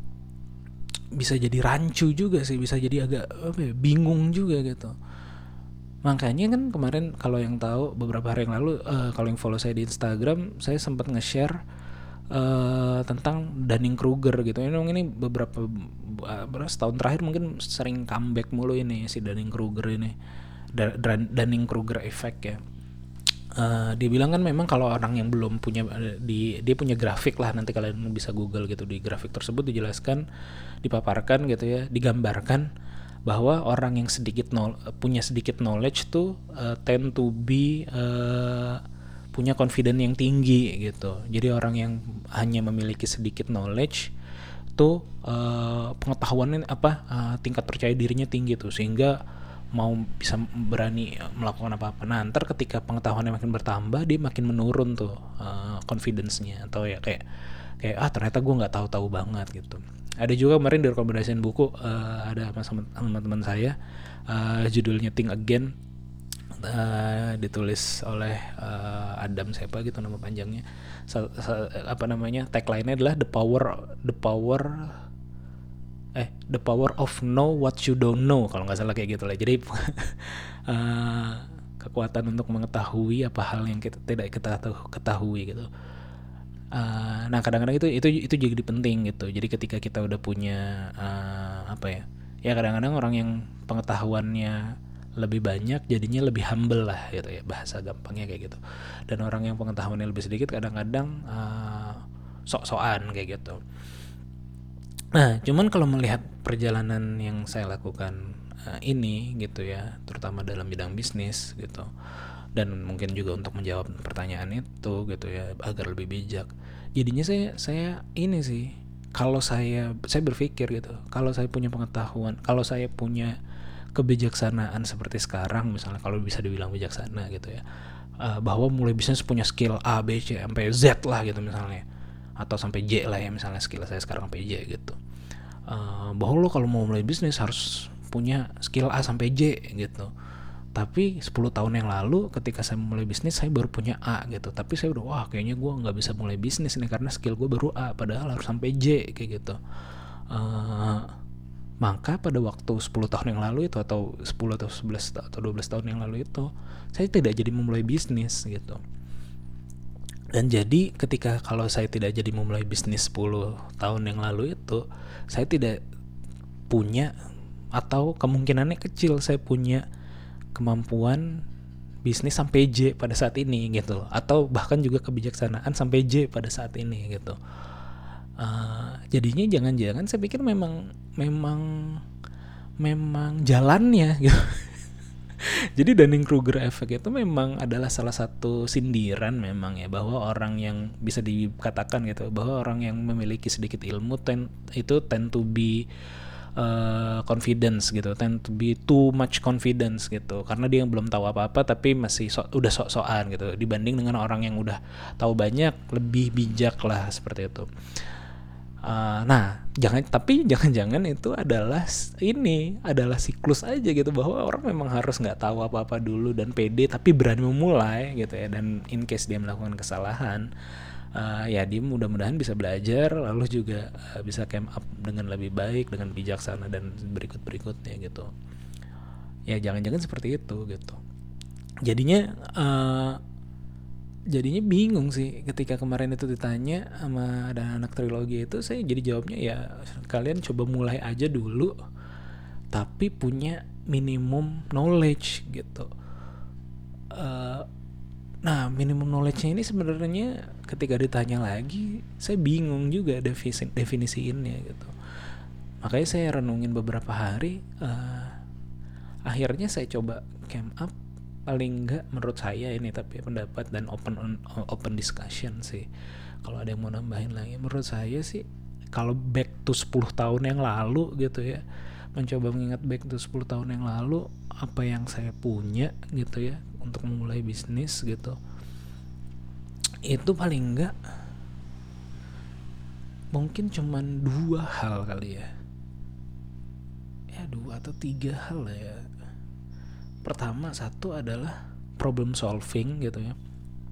bisa jadi rancu juga sih, bisa jadi agak apa ya, bingung juga gitu. Makanya kan kemarin kalau yang tahu beberapa hari yang lalu, uh, kalau yang follow saya di Instagram, saya sempat nge-share uh, tentang Dunning-Kruger gitu. Ini ini beberapa uh, beberapa tahun terakhir mungkin sering comeback mulu ini si Dunning-Kruger ini, Dunning-Kruger effect ya. Uh, dia bilang kan memang kalau orang yang belum punya, di, dia punya grafik lah, nanti kalian bisa google gitu, di grafik tersebut dijelaskan, dipaparkan gitu ya, digambarkan bahwa orang yang sedikit no, punya sedikit knowledge tuh uh, tend to be uh, punya confidence yang tinggi gitu. Jadi orang yang hanya memiliki sedikit knowledge tuh uh, pengetahuannya apa uh, tingkat percaya dirinya tinggi tuh, sehingga mau bisa berani melakukan apa-apa. Nah, ntar ketika pengetahuannya makin bertambah, dia makin menurun tuh uh, confidence-nya, atau ya kayak kayak ah ternyata gue nggak tahu-tahu banget gitu. Ada juga kemarin direkomendasiin buku, uh, ada sama teman-teman saya, uh, judulnya Think Again, uh, ditulis oleh uh, Adam siapa gitu nama panjangnya. Sa- sa- apa namanya? Tagline-nya adalah the power the power eh the power of know what you don't know, kalau nggak salah kayak gitu lah. Jadi uh, kekuatan untuk mengetahui apa hal yang kita tidak kita ketahui gitu. Uh, nah kadang-kadang itu itu itu jadi penting gitu. Jadi ketika kita udah punya uh, apa ya ya kadang-kadang orang yang pengetahuannya lebih banyak jadinya lebih humble lah gitu ya, bahasa gampangnya kayak gitu. Dan orang yang pengetahuannya lebih sedikit kadang-kadang uh, sok-sokan kayak gitu. Nah, cuman kalau melihat perjalanan yang saya lakukan uh, ini gitu ya, terutama dalam bidang bisnis gitu, dan mungkin juga untuk menjawab pertanyaan itu gitu ya, agar lebih bijak. Jadinya saya saya ini sih, kalau saya saya berpikir gitu, kalau saya punya pengetahuan, kalau saya punya kebijaksanaan seperti sekarang, misalnya kalau bisa dibilang bijaksana gitu ya, uh, bahwa mulai bisnis punya skill A, B, C sampai Z lah gitu misalnya, atau sampai J lah ya, misalnya skill saya sekarang sampai J gitu. Uh, bahwa lo kalau mau mulai bisnis harus punya skill A sampai J gitu. Tapi sepuluh tahun yang lalu ketika saya mulai bisnis saya baru punya A gitu. Tapi saya udah wah kayaknya gue nggak bisa mulai bisnis nih karena skill gue baru A, padahal harus sampai J kayak gitu. Uh, maka pada waktu sepuluh tahun yang lalu itu, atau sepuluh atau sebelas atau dua belas tahun yang lalu itu, saya tidak jadi memulai bisnis gitu. Dan jadi ketika kalau saya tidak jadi memulai bisnis sepuluh tahun yang lalu itu, saya tidak punya, atau kemungkinannya kecil saya punya kemampuan bisnis sampai J pada saat ini gitu, atau bahkan juga kebijaksanaan sampai J pada saat ini gitu. Uh, jadinya jangan-jangan saya pikir memang memang memang jalannya gitu. Jadi Dunning-Kruger effect itu memang adalah salah satu sindiran memang ya, bahwa orang yang bisa dikatakan gitu, bahwa orang yang memiliki sedikit ilmu ten, itu tend to be uh, confidence gitu, tend to be too much confidence gitu, karena dia belum tahu apa-apa tapi masih so, udah sok-sokan gitu, dibanding dengan orang yang udah tahu banyak lebih bijak lah seperti itu. Uh, nah, jangan tapi jangan-jangan itu adalah ini adalah siklus aja gitu, bahwa orang memang harus nggak tahu apa-apa dulu dan pede tapi berani memulai gitu ya, dan in case dia melakukan kesalahan, uh, ya dia mudah-mudahan bisa belajar lalu juga uh, bisa came up dengan lebih baik, dengan bijaksana dan berikut-berikutnya gitu. Ya jangan-jangan seperti itu gitu. Jadinya uh, jadinya bingung sih ketika kemarin itu ditanya sama ada anak trilogi itu, saya jadi jawabnya ya kalian coba mulai aja dulu tapi punya minimum knowledge gitu. Uh, nah minimum knowledge-nya ini sebenarnya ketika ditanya lagi saya bingung juga definisi definisiinnya gitu. Makanya saya renungin beberapa hari, uh, akhirnya saya coba came up, paling enggak menurut saya ini tapi pendapat dan open open discussion sih. Kalau ada yang mau nambahin lagi, menurut saya sih kalau back to sepuluh tahun yang lalu gitu ya, mencoba mengingat back to sepuluh tahun yang lalu apa yang saya punya gitu ya untuk memulai bisnis gitu, itu paling enggak mungkin cuman dua hal kali ya ya dua atau tiga hal lah ya. Pertama, satu adalah problem solving gitu ya.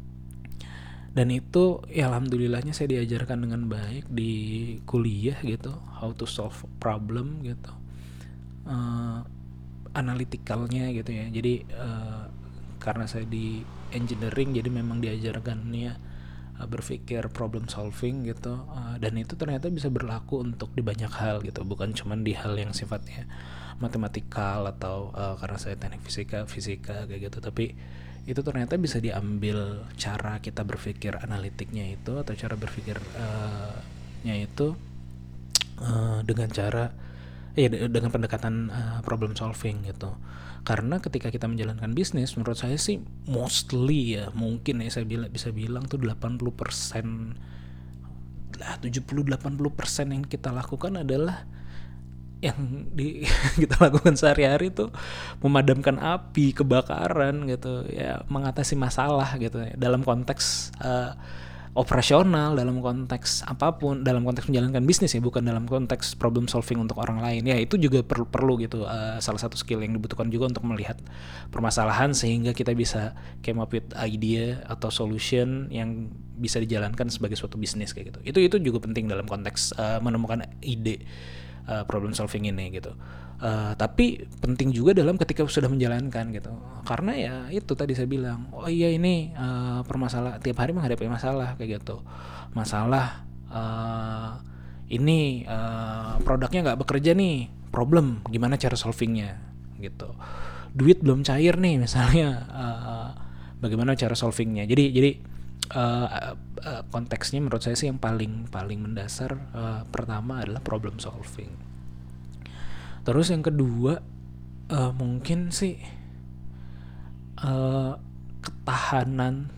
Dan itu ya alhamdulillahnya saya diajarkan dengan baik di kuliah gitu, how to solve problem gitu. Uh, analitikalnya gitu ya. Jadi uh, karena saya di engineering jadi memang diajarkannya uh, berpikir problem solving gitu. Uh, dan itu ternyata bisa berlaku untuk di banyak hal gitu, bukan cuma di hal yang sifatnya matematikal atau uh, karena saya teknik fisika fisika kayak gitu, tapi itu ternyata bisa diambil cara kita berpikir analitiknya itu atau cara berpikir uh, nya itu uh, dengan cara ya dengan pendekatan uh, problem solving gitu. Karena ketika kita menjalankan bisnis, menurut saya sih mostly ya mungkin ya saya bila, bisa bilang tuh delapan puluh persen lah, tujuh puluh sampai delapan puluh persen yang kita lakukan adalah yang di kita lakukan sehari-hari tuh memadamkan api, kebakaran gitu ya, mengatasi masalah gitu ya, dalam konteks uh, operasional, dalam konteks apapun, dalam konteks menjalankan bisnis ya, bukan dalam konteks problem solving untuk orang lain ya. Itu juga perlu perlu gitu, uh, salah satu skill yang dibutuhkan juga untuk melihat permasalahan sehingga kita bisa came up with idea atau solution yang bisa dijalankan sebagai suatu bisnis kayak gitu. Itu itu juga penting dalam konteks uh, menemukan ide Uh, problem solving ini gitu. Uh, tapi penting juga dalam ketika sudah menjalankan gitu. Karena ya itu tadi saya bilang, oh iya ini uh, permasalahan tiap hari menghadapi masalah kayak gitu. Masalah uh, ini uh, produknya nggak bekerja nih, problem. Gimana cara solvingnya gitu. Duit belum cair nih misalnya, uh, bagaimana cara solvingnya. Jadi jadi Uh, uh, konteksnya menurut saya sih yang paling paling mendasar uh, pertama adalah problem solving. Terus yang kedua uh, mungkin sih uh, ketahanan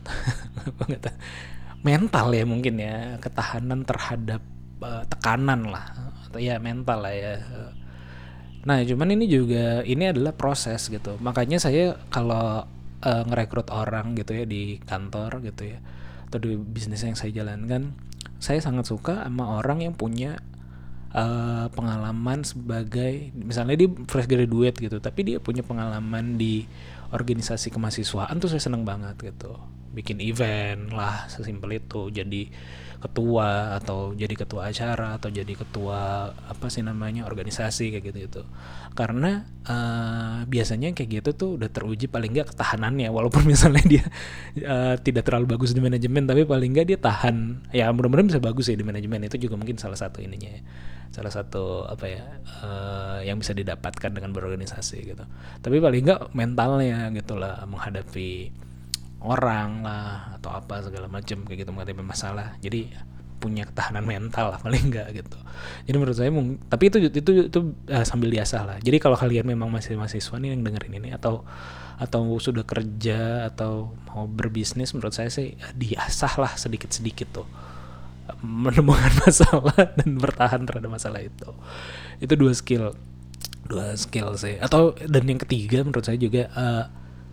mental ya mungkin ya, ketahanan terhadap uh, tekanan lah atau ya mental lah ya. Nah cuman ini juga ini adalah proses gitu. Makanya saya kalau uh, ngerekrut orang gitu ya di kantor gitu ya atau di bisnis yang saya jalankan, saya sangat suka sama orang yang punya uh, pengalaman sebagai misalnya dia fresh graduate gitu, tapi dia punya pengalaman di organisasi kemahasiswaan tuh saya seneng banget gitu. Bikin event lah sesimpel itu, jadi ketua atau jadi ketua acara atau jadi ketua apa sih namanya organisasi kayak gitu itu. Karena uh, biasanya kayak gitu tuh udah teruji paling nggak ketahanannya, walaupun misalnya dia uh, tidak terlalu bagus di manajemen, tapi paling nggak dia tahan. Ya mudah-mudahan bisa bagus ya di manajemen, itu juga mungkin salah satu ininya ya. Salah satu apa ya uh, yang bisa didapatkan dengan berorganisasi gitu. Tapi paling nggak mentalnya gitulah menghadapi orang lah atau apa segala macam kayak gitu, menghadapi masalah. Jadi punya ketahanan mental lah paling enggak gitu. Jadi menurut saya mung- tapi itu itu itu uh, sambil diasah lah. Jadi kalau kalian memang masih mahasiswa nih yang dengerin ini atau atau sudah kerja atau mau berbisnis, menurut saya sih diasah lah sedikit-sedikit tuh menemukan masalah dan bertahan terhadap masalah itu. Itu dua skill. Dua skill sih. Atau dan yang ketiga menurut saya juga uh,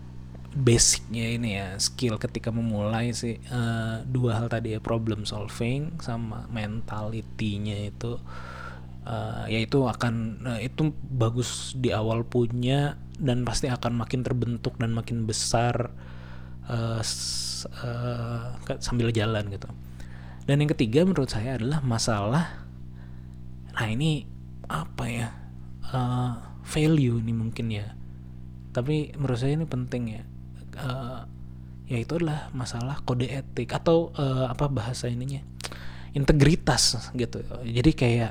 basicnya ini ya, skill ketika memulai sih, uh, dua hal tadi ya, problem solving sama mentality-nya itu, uh, ya itu akan uh, itu bagus di awal punya dan pasti akan makin terbentuk dan makin besar uh, s- uh, sambil jalan gitu. Dan yang ketiga menurut saya adalah masalah, nah ini apa ya, uh, value nih mungkin ya, tapi menurut saya ini penting ya, uh, ya itu adalah masalah kode etik atau uh, apa bahasa ininya, integritas gitu. Jadi kayak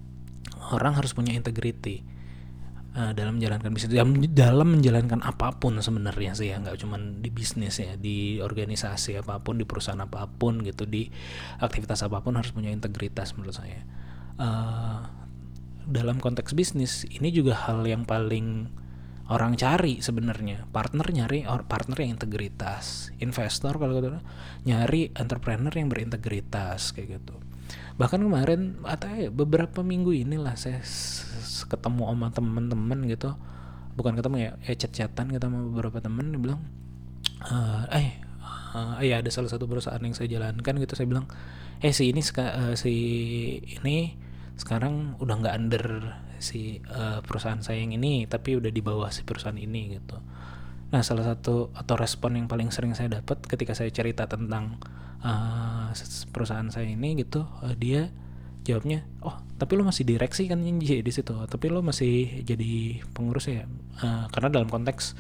orang harus punya integrity uh, dalam menjalankan bisnis, dalam, dalam menjalankan apapun sebenarnya sih ya, nggak cuma di bisnis ya, di organisasi apapun, di perusahaan apapun gitu, di aktivitas apapun harus punya integritas menurut saya. Uh, dalam konteks bisnis ini juga hal yang paling orang cari sebenarnya, partner nyari or partner yang integritas, investor kalau gitu nyari entrepreneur yang berintegritas kayak gitu. Bahkan kemarin atau ya, beberapa minggu inilah saya s- s- ketemu sama teman-teman gitu, bukan ketemu ya, ya chat-chatan gitu sama beberapa teman, dia bilang eh eh uh, ya ada salah satu perusahaan yang saya jalankan gitu, saya bilang eh si ini seka- uh, si ini sekarang udah nggak under si uh, perusahaan saya yang ini, tapi udah di bawah si perusahaan ini gitu. Nah salah satu atau respon yang paling sering saya dapat ketika saya cerita tentang uh, perusahaan saya ini gitu, uh, dia jawabnya, oh tapi lo masih direksi kan Ji di situ, tapi lo masih jadi pengurus ya, uh, karena dalam konteks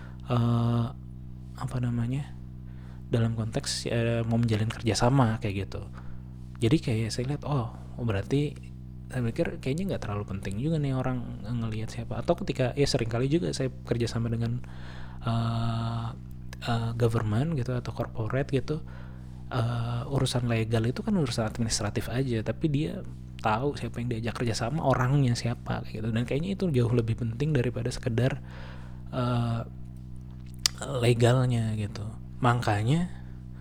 uh, apa namanya, dalam konteks uh, mau menjalin kerjasama kayak gitu. Jadi kayak saya lihat, oh, oh berarti saya pikir kayaknya nggak terlalu penting juga nih orang ngelihat siapa. Atau ketika ya sering kali juga saya kerjasama dengan uh, uh, government gitu atau corporate gitu, uh, urusan legal itu kan urusan administratif aja, tapi dia tahu siapa yang diajak kerjasama, orangnya siapa kayak gitu. Dan kayaknya itu jauh lebih penting daripada sekedar uh, legalnya gitu. Makanya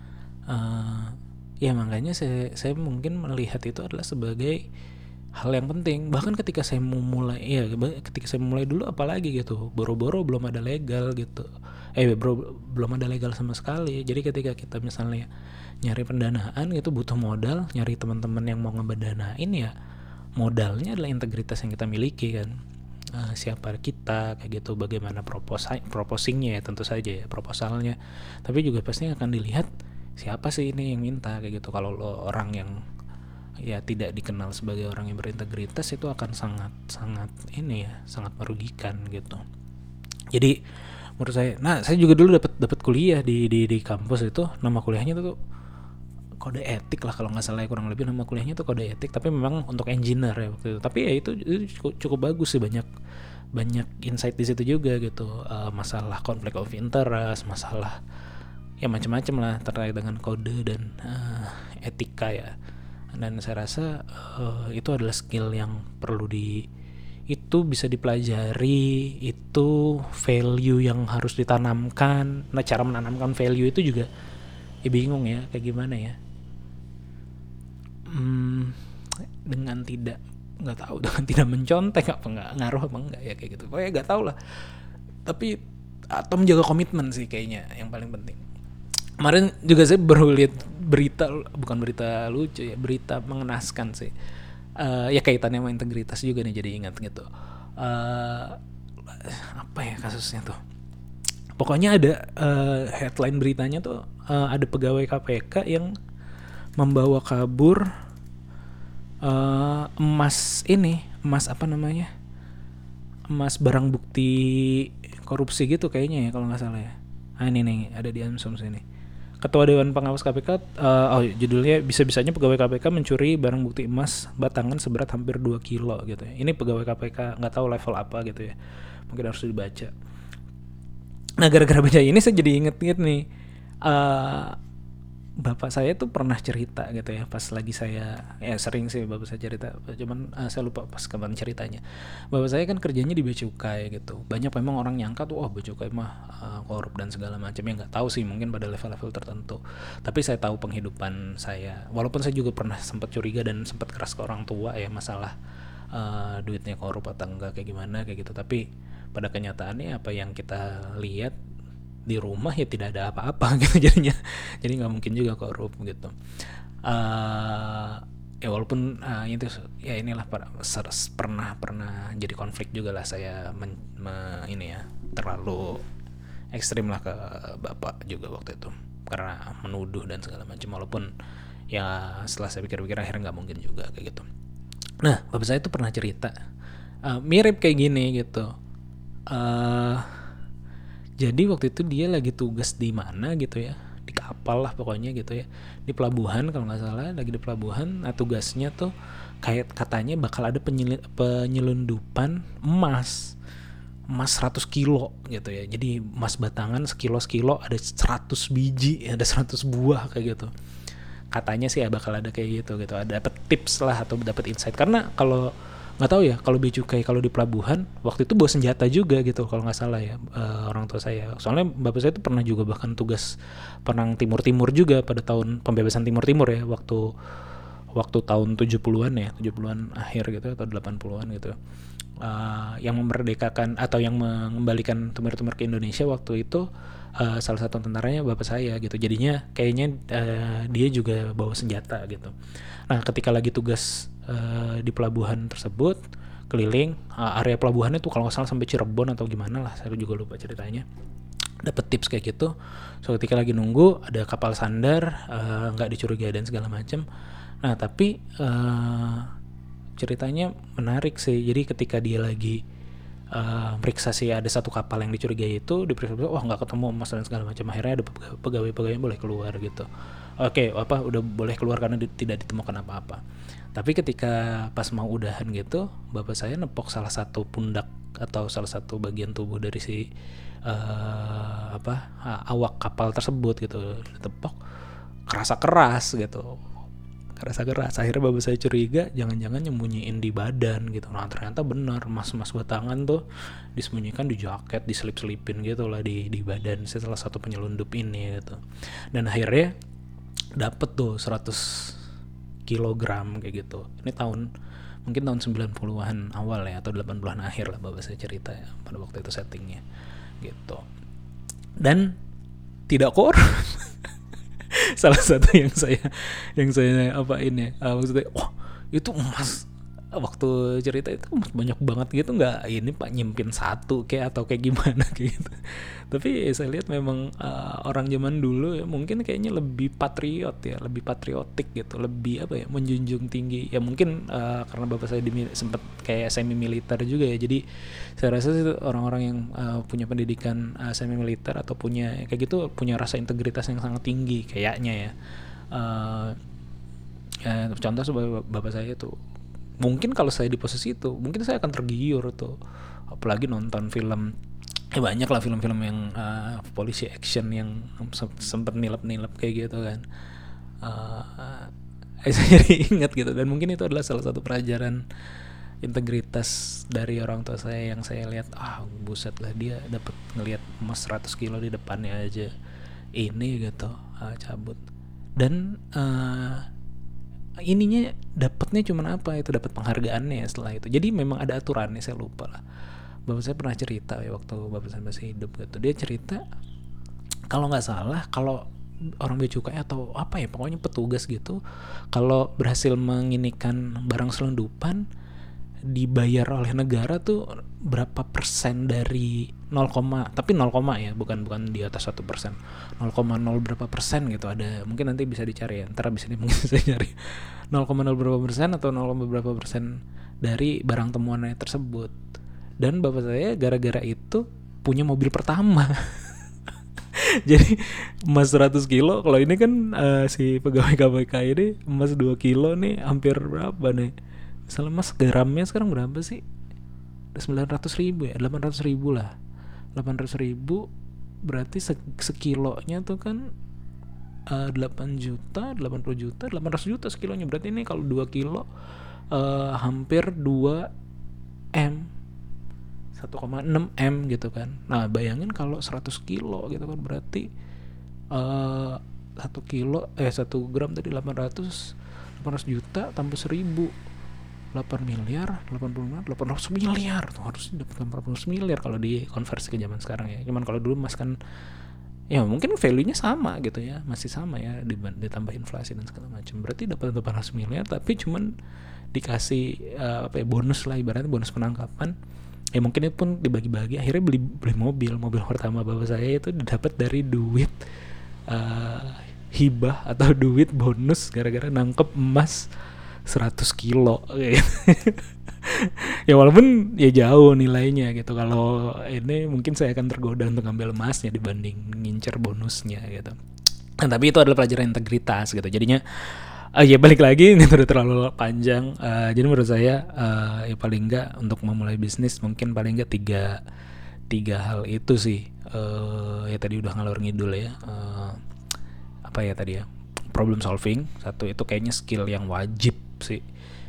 uh, ya makanya saya saya mungkin melihat itu adalah sebagai hal yang penting. Bahkan ketika saya mau mulai, ya ketika saya mulai dulu apalagi gitu, boro-boro belum ada legal gitu, eh bro belum ada legal sama sekali. Jadi ketika kita misalnya nyari pendanaan gitu butuh modal, nyari teman-teman yang mau ngebandanain, ya modalnya adalah integritas yang kita miliki kan. Uh, siapa kita kayak gitu, bagaimana proposal proposingnya ya, tentu saja ya proposalnya, tapi juga pasti akan dilihat siapa sih ini yang minta kayak gitu. Kalau lo orang yang ya tidak dikenal sebagai orang yang berintegritas, itu akan sangat sangat ini ya, sangat merugikan gitu. Jadi menurut saya, nah saya juga dulu dapat dapat kuliah di di di kampus itu, nama kuliahnya tuh kode etik lah kalau nggak salah ya, kurang lebih nama kuliahnya tuh kode etik, tapi memang untuk engineer ya waktu itu. Tapi ya itu, itu cukup, cukup bagus sih, banyak banyak insight di situ juga gitu, uh, masalah conflict of interest, masalah ya macam-macam lah terkait dengan kode dan uh, etika ya. Dan saya rasa uh, itu adalah skill yang perlu di, itu bisa dipelajari, itu value yang harus ditanamkan. Nah cara menanamkan value itu juga ya bingung ya kayak gimana ya, hmm, dengan tidak nggak tahu dengan tidak mencontek apa nggak ngaruh apa enggak ya kayak gitu, pokoknya nggak tahu lah. Tapi atau menjaga komitmen sih kayaknya yang paling penting. Kemarin juga saya baru lihat berita, bukan berita lucu ya, berita mengenaskan sih. Uh, ya kaitannya sama integritas juga nih, jadi ingat gitu. Uh, apa ya kasusnya tuh? Pokoknya ada uh, headline beritanya tuh, uh, ada pegawai K P K yang membawa kabur uh, emas ini, emas apa namanya? Emas barang bukti korupsi gitu kayaknya ya kalau nggak salah ya. Ah ini nih ada di Amsum sini. Ketua Dewan Pengawas K P K, uh, oh judulnya bisa-bisanya pegawai K P K mencuri barang bukti emas batangan seberat hampir dua kilo gitu ya. Ini pegawai K P K, nggak tahu level apa gitu ya. Mungkin harus dibaca. Nah gara-gara baca ini saya jadi inget-inget nih. Uh, bapak saya tuh pernah cerita gitu ya, pas lagi saya, ya sering sih bapak saya cerita, cuman uh, saya lupa pas kapan ceritanya. Bapak saya kan kerjanya di Bea Cukai gitu. Banyak memang orang nyangka tuh, oh Bea Cukai mah uh, korup dan segala macam, ya nggak tahu sih, mungkin pada level-level tertentu. Tapi saya tahu penghidupan saya, walaupun saya juga pernah sempat curiga dan sempat keras ke orang tua ya masalah uh, duitnya korup atau enggak kayak gimana kayak gitu. Tapi pada kenyataannya apa yang kita lihat di rumah ya tidak ada apa-apa gitu jadinya, jadi nggak mungkin juga korup gitu. Uh, ya walaupun uh, itu ya inilah per, ser- pernah pernah jadi konflik juga lah saya men, me, ini ya terlalu ekstrim lah ke bapak juga waktu itu karena menuduh dan segala macam, walaupun ya setelah saya pikir-pikir akhirnya nggak mungkin juga kayak gitu. Nah bapak saya tuh pernah cerita uh, mirip kayak gini gitu. Uh, jadi waktu itu dia lagi tugas di mana gitu ya, di kapal lah pokoknya gitu ya, di pelabuhan kalau nggak salah, lagi di pelabuhan. Nah tugasnya tuh kayak katanya bakal ada penyel- penyelundupan emas emas seratus kilo gitu ya, jadi emas batangan sekilo sekilo ada seratus biji, ada seratus buah kayak gitu katanya sih ya, bakal ada kayak gitu gitu, ada dapat tips lah atau dapat insight. Karena kalau nggak tahu ya, kalau bea cukai kalau di pelabuhan waktu itu bawa senjata juga gitu kalau nggak salah ya, uh, orang tua saya. Soalnya bapak saya itu pernah juga bahkan tugas perang Timur Timur juga pada tahun pembebasan Timur Timur ya, waktu waktu tahun tujuh puluhan ya, tujuh puluhan akhir gitu atau delapan puluhan gitu. Uh, yang memerdekakan atau yang mengembalikan Timur-Timur ke Indonesia waktu itu uh, salah satu tentaranya bapak saya gitu. Jadinya kayaknya uh, dia juga bawa senjata gitu. Nah ketika lagi tugas uh, di pelabuhan tersebut keliling uh, area pelabuhannya tuh kalau nggak salah sampai Cirebon atau gimana lah, saya juga lupa ceritanya. Dapat tips kayak gitu. So ketika lagi nunggu ada kapal sandar, nggak uh, dicurigai dan segala macam. Nah tapi uh, ceritanya menarik sih. Jadi ketika dia lagi uh, meriksa sih ada satu kapal yang dicurigai itu, diperiksa, wah nggak ketemu emas dan segala macam. Akhirnya ada pegawai-pegawai yang boleh keluar gitu. Oke, apa udah boleh keluar karena di, tidak ditemukan apa-apa. Tapi ketika pas mau udahan gitu, bapak saya nepok salah satu pundak atau salah satu bagian tubuh dari si uh, apa awak kapal tersebut gitu, ditepok kerasa keras gitu. Kerasa keras. Akhirnya bapak saya curiga jangan-jangan nyembunyiin di badan gitu. Nah ternyata benar, emas-emas batangan tuh disembunyikan di jaket, diselip-selipin gitu lah di di badan salah satu penyelundup ini gitu. Dan akhirnya dapet tuh seratus kilogram kayak gitu. Ini tahun mungkin tahun sembilan puluhan awal ya atau delapan puluhan akhir lah bapak saya cerita ya pada waktu itu settingnya gitu. Dan tidak korup. Salah satu yang saya yang saya apa ini uh, maksudnya wah itu emas, waktu cerita itu emas banyak banget gitu, nggak ini pak nyimpin satu kayak atau kayak gimana kayak gitu. Tapi saya lihat memang uh, orang zaman dulu ya mungkin kayaknya lebih patriot ya, lebih patriotik gitu, lebih apa ya menjunjung tinggi ya mungkin uh, karena bapak saya di, sempat kayak semi militer juga ya, jadi saya rasa itu orang-orang yang uh, punya pendidikan uh, semi militer atau punya kayak gitu punya rasa integritas yang sangat tinggi kayaknya ya. Uh, ya contoh sebagai bapak saya tuh mungkin kalau saya di posisi itu mungkin saya akan tergiur tuh, apalagi nonton film. Ya banyak lah film-film yang uh, polisi action yang sempet nilep-nilep kayak gitu kan. Uh, uh, saya jadi ingat gitu, dan mungkin itu adalah salah satu pelajaran integritas dari orang tua saya yang saya lihat, ah buset lah dia dapat ngelihat emas seratus kilo di depannya aja ini gitu, uh, cabut. Dan uh, ininya dapatnya cuman apa itu, dapat penghargaannya setelah itu. Jadi memang ada aturannya, saya lupa lah. Bapak saya pernah cerita ya waktu bapak saya masih hidup gitu, dia cerita kalau nggak salah kalau orang bea cukai atau apa ya pokoknya petugas gitu kalau berhasil menginikan barang selundupan dibayar oleh negara tuh berapa persen dari nol, tapi nol, ya bukan bukan di atas satu persen, nol koma nol berapa persen gitu, ada mungkin nanti bisa dicari ya, ntar bisa di mungkin saya cari nol koma nol berapa persen atau nol berapa persen dari barang temuannya tersebut. Dan bapak saya gara-gara itu punya mobil pertama. Jadi emas seratus kilo, kalau ini kan uh, si pegawai K P K ini emas dua kilo nih hampir berapa nih? Misalnya emas gramnya sekarang berapa sih? sembilan ratus ribu ya, delapan ratus ribu lah. delapan ratus ribu berarti sekilonya tuh kan uh, delapan juta, delapan puluh juta, delapan ratus juta sekilonya. Berarti ini kalau dua kilo uh, hampir dua M. satu koma enam M gitu kan. Nah bayangin kalau seratus kilo gitu kan berarti uh, satu kilo eh satu gram tadi delapan ratus juta tambah seribu, delapan miliar, delapan puluh miliar, delapan ratus miliar tuh harusnya dapat delapan ratus miliar kalau dikonversi ke zaman sekarang ya. Cuman kalau dulu emas kan ya mungkin value-nya sama gitu ya, masih sama ya, ditambah inflasi dan segala macam, berarti dapat delapan ratus miliar tapi cuman dikasih uh, apa ya, bonus lah, ibaratnya bonus penangkapan. Ya mungkin itu pun dibagi-bagi, akhirnya beli beli mobil mobil pertama bapak saya itu didapat dari duit uh, hibah atau duit bonus gara-gara nangkep emas seratus kilo gitu. Ya walaupun ya jauh nilainya gitu, kalau ini mungkin saya akan tergoda untuk ambil emasnya dibanding ngincer bonusnya gitu. Nah, tapi itu adalah pelajaran integritas gitu, jadinya Uh, ya balik lagi, ini udah terlalu panjang. Uh, jadi menurut saya uh, ya paling enggak untuk memulai bisnis mungkin paling enggak tiga tiga hal itu sih. Uh, ya tadi udah ngalor ngidul ya. Uh, apa ya tadi ya? Problem solving. Satu itu kayaknya skill yang wajib sih.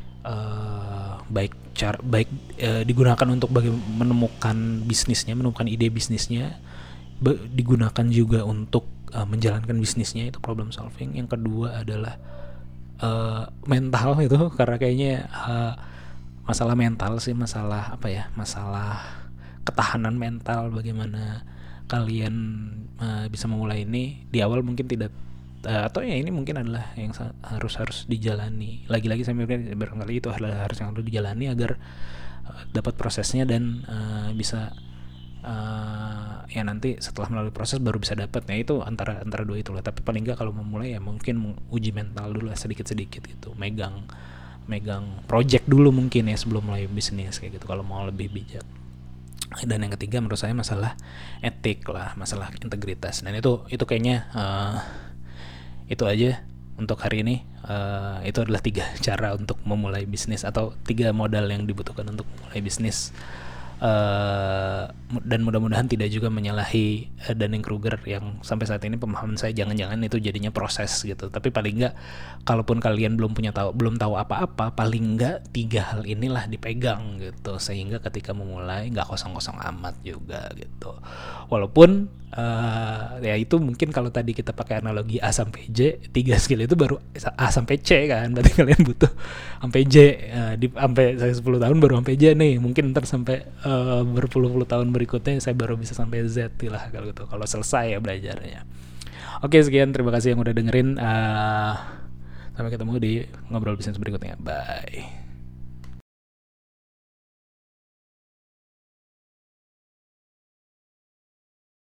Uh, baik cara baik uh, digunakan untuk bagi menemukan bisnisnya, menemukan ide bisnisnya. Be- digunakan juga untuk uh, menjalankan bisnisnya, itu problem solving. Yang kedua adalah Uh, mental itu, karena kayaknya uh, masalah mental sih, masalah apa ya, masalah ketahanan mental, bagaimana kalian uh, bisa memulai ini di awal mungkin tidak uh, atau ya ini mungkin adalah yang sa- harus harus dijalani. Lagi-lagi saya mikir barangkali itu adalah harus yang harus dijalani agar uh, dapat prosesnya dan uh, bisa Uh, ya nanti setelah melalui proses baru bisa dapat. Nah itu antara antara dua itulah. Tapi paling nggak kalau memulai ya mungkin uji mental dulu lah sedikit-sedikit gitu, megang megang project dulu mungkin ya sebelum mulai bisnis kayak gitu kalau mau lebih bijak. Dan yang ketiga menurut saya masalah etik lah, masalah integritas. Dan itu itu kayaknya uh, itu aja untuk hari ini. Uh, itu adalah tiga cara untuk memulai bisnis atau tiga modal yang dibutuhkan untuk memulai bisnis. Uh, dan mudah-mudahan tidak juga menyalahi uh, Dunning-Kruger yang sampai saat ini pemahaman saya jangan-jangan itu jadinya proses gitu. Tapi paling enggak kalaupun kalian belum punya tahu belum tahu apa-apa, paling enggak tiga hal inilah dipegang gitu, sehingga ketika memulai nggak kosong-kosong amat juga gitu. Walaupun uh, ya itu mungkin kalau tadi kita pakai analogi A sampai J, tiga skill itu baru A sampai C kan, berarti kalian butuh sampai J uh, di sampai saya sepuluh tahun baru sampai J nih, mungkin ntar sampai uh, Uh, berpuluh-puluh tahun berikutnya saya baru bisa sampai Z lah kalau gitu, kalau selesai ya belajarnya. Oke, sekian, terima kasih yang udah dengerin. Uh, sampai ketemu di ngobrol bisnis berikutnya. Bye.